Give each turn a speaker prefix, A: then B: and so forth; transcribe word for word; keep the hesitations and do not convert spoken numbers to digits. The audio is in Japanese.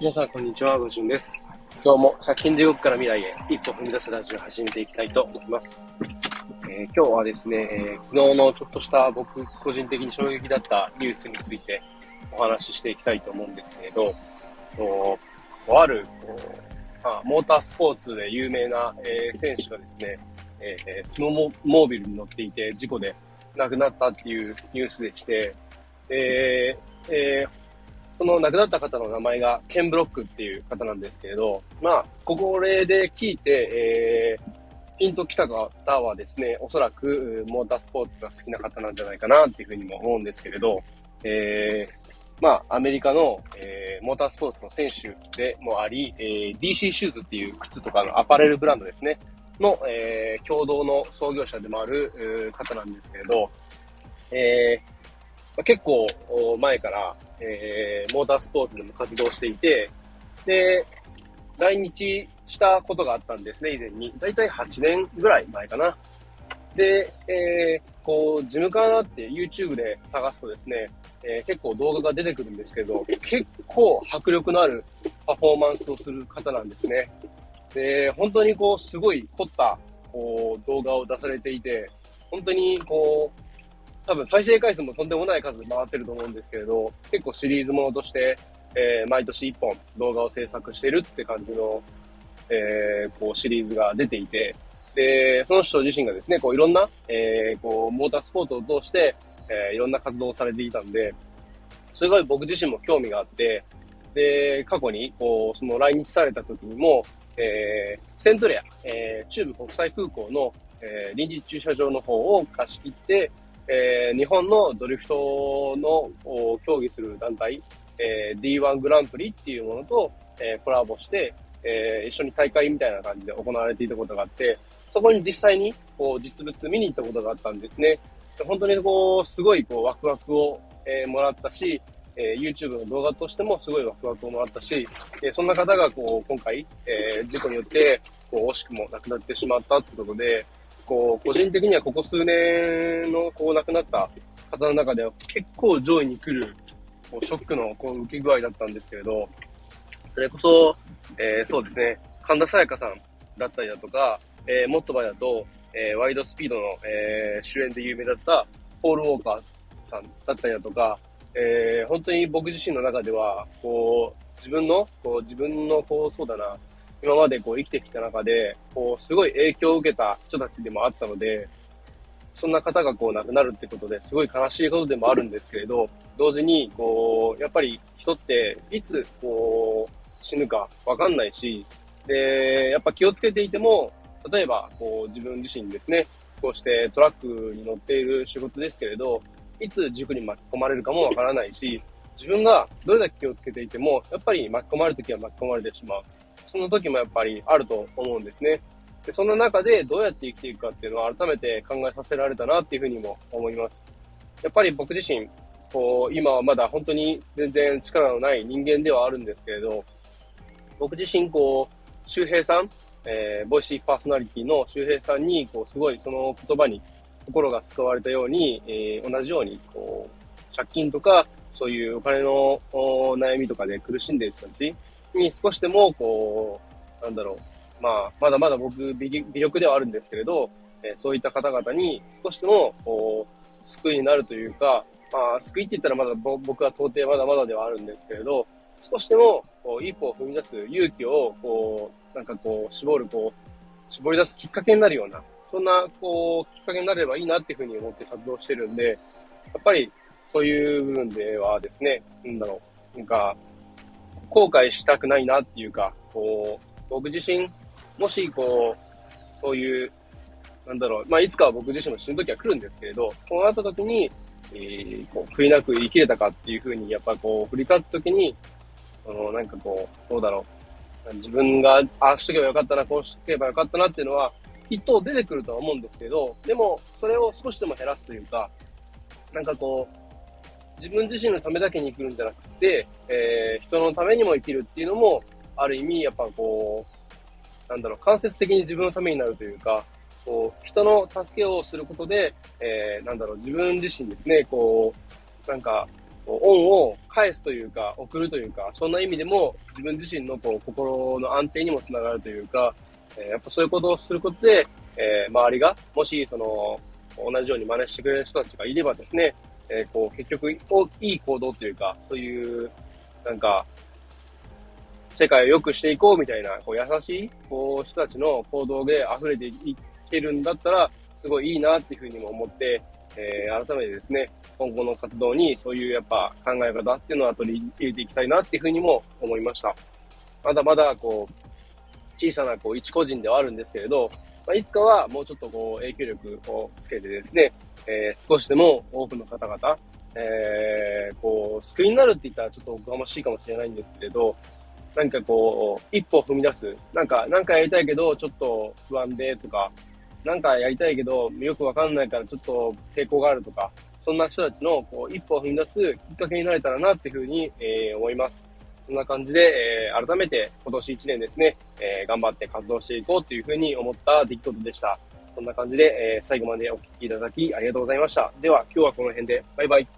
A: 皆さん、こんにちは。ごじゅんです。今日も借金地獄から未来へ一歩踏み出すラジオを始めていきたいと思います。えー、今日はですね、えー、昨日のちょっとした僕個人的に衝撃だったニュースについてお話ししていきたいと思うんですけれど、とあるあモータースポーツで有名な、えー、選手がですね、えー、スノーモービルに乗っていて事故で亡くなったっていうニュースでして、えーえーその亡くなった方の名前がケン・ブロックっていう方なんですけれど、まあ、これで聞いて、えー、ピンと来た方はですね、おそらくモータースポーツが好きな方なんじゃないかなっていうふうにも思うんですけれど、えー、まあ、アメリカの、えー、モータースポーツの選手でもあり、えー、ディーシー シューズっていう靴とかのアパレルブランドですね、の、えー、共同の創業者でもある方なんですけれど、えー結構前から、えー、モータースポーツでも活動していて、で、来日したことがあったんですね、以前に。だいたいはちねんぐらい前かな。で、えー、こう、ジムカーナって YouTube で探すとですね、えー、結構動画が出てくるんですけど、結構迫力のあるパフォーマンスをする方なんですね。で、本当にこう、すごい凝った、こう、動画を出されていて、本当にこう、多分再生回数もとんでもない数回ってると思うんですけれど、結構シリーズものとして、えー、毎年いっぽん動画を制作してるって感じの、えー、こうシリーズが出ていて、で、その人自身がですね、こういろんな、えー、こうモータースポーツを通して、えー、いろんな活動をされていたんで、すごい僕自身も興味があって、で、過去に、こう、その来日された時にも、えー、セントレア、えー、中部国際空港の、えー、臨時駐車場の方を貸し切って、えー、日本のドリフトの競技する団体、えー、ディーワン グランプリっていうものと、えー、コラボして、えー、一緒に大会みたいな感じで行われていたことがあって、そこに実際にこう実物見に行ったことがあったんですね。本当にこう、すごいこうワクワクを、えー、もらったし、えー、YouTube の動画としてもすごいワクワクをもらったし、えー、そんな方がこう今回、えー、事故によってこう惜しくも亡くなってしまったってことで、こう、個人的にはここ数年のこう亡くなった方の中では結構上位に来るこうショックのこう受け具合だったんですけれど、それこそ、えー、そうですね、神田沙也加さんだったりだとか、えー、もっと前だと、えー、ワイドスピードの、えー、主演で有名だったポール・ウォーカーさんだったりだとか、えー、本当に僕自身の中では、こう、自分の、こう、自分の、こう、そうだな、今までこう生きてきた中で、こう、すごい影響を受けた人たちでもあったので、そんな方がこう亡くなるってことですごい悲しいことでもあるんですけれど、同時に、こう、やっぱり人っていつ、こう、死ぬかわかんないし、で、やっぱ気をつけていても、例えば、こう、自分自身ですね、こうしてトラックに乗っている仕事ですけれど、いつ事故に巻き込まれるかもわからないし、自分がどれだけ気をつけていても、やっぱり巻き込まれるときは巻き込まれてしまう。その時もやっぱりあると思うんですね。で、そんな中でどうやって生きていくかっていうのを改めて考えさせられたなっていうふうにも思います。やっぱり僕自身、こう、今はまだ本当に全然力のない人間ではあるんですけれど、僕自身、こう、周平さん、えー、ボイシーパーソナリティの周平さんに、こう、すごいその言葉に心が救われたように、えー、同じように、こう、借金とか、そういうお金の悩みとかで苦しんでいる人たちに少しでも、こう、なんだろう、まあ、まだまだ僕、微力ではあるんですけれど、えー、そういった方々に少しでも、こう、救いになるというか、まあ、救いって言ったらまだ僕は到底まだまだではあるんですけれど、少しでも、こう、一歩を踏み出す勇気を、こう、なんかこう、絞る、こう、絞り出すきっかけになるような、そんな、こう、きっかけになればいいなっていうふうに思って活動してるんで、やっぱり、そういう部分ではですね、なんだろう、なんか、後悔したくないなっていうか、こう、僕自身、もし、こう、そういう、なんだろう、まあ、いつかは僕自身も死ぬ時は来るんですけれど、そうなった時に、えー、こう、悔いなく生きれたかっていうふうに、やっぱこう、振り返った時に、その、なんかこう、どうだろう。自分が、ああしとけばよかったな、こうしとけばよかったなっていうのは、きっと出てくるとは思うんですけど、でも、それを少しでも減らすというか、なんかこう、自分自身のためだけに生きるんじゃなくて、えー、人のためにも生きるっていうのも、ある意味、やっぱこう、なんだろう、間接的に自分のためになるというか、こう、人の助けをすることで、えー、なんだろう、自分自身ですね、こう、なんか、 こう恩を返すというか、送るというか、そんな意味でも自分自身のこう心の安定にもつながるというか、えーやっぱそういうことをすることで、えー周りが、もしその、同じように真似してくれる人たちがいればですね、えーこう結局、おいい行動というか、そういう、なんか、世界を良くしていこうみたいな、こう優しい、こう人たちの行動で溢れていけるんだったら、すごいいいなっていうふうにも思って、えー改めてですね、今後の活動にそういうやっぱ考え方っていうのは取り入れていきたいなっていうふうにも思いました。まだまだこう、小さなこう一個人ではあるんですけれど、まあ、いつかはもうちょっとこう影響力をつけてですね、えー少しでも多くの方々、えーこう、救いになるって言ったらちょっとおこがましいかもしれないんですけれど、なんかこう、一歩踏み出す。なんか、なんかやりたいけど、ちょっと不安でとか、なんかやりたいけど、よくわかんないからちょっと抵抗があるとか、そんな人たちのこう一歩を踏み出すきっかけになれたらなっていうふうに、えー思います。そんな感じで、えー改めて今年いちねんですね、えー頑張って活動していこうというふうに思った出来事でした。そんな感じで、えー最後までお聞きいただきありがとうございました。では、今日はこの辺で、バイバイ。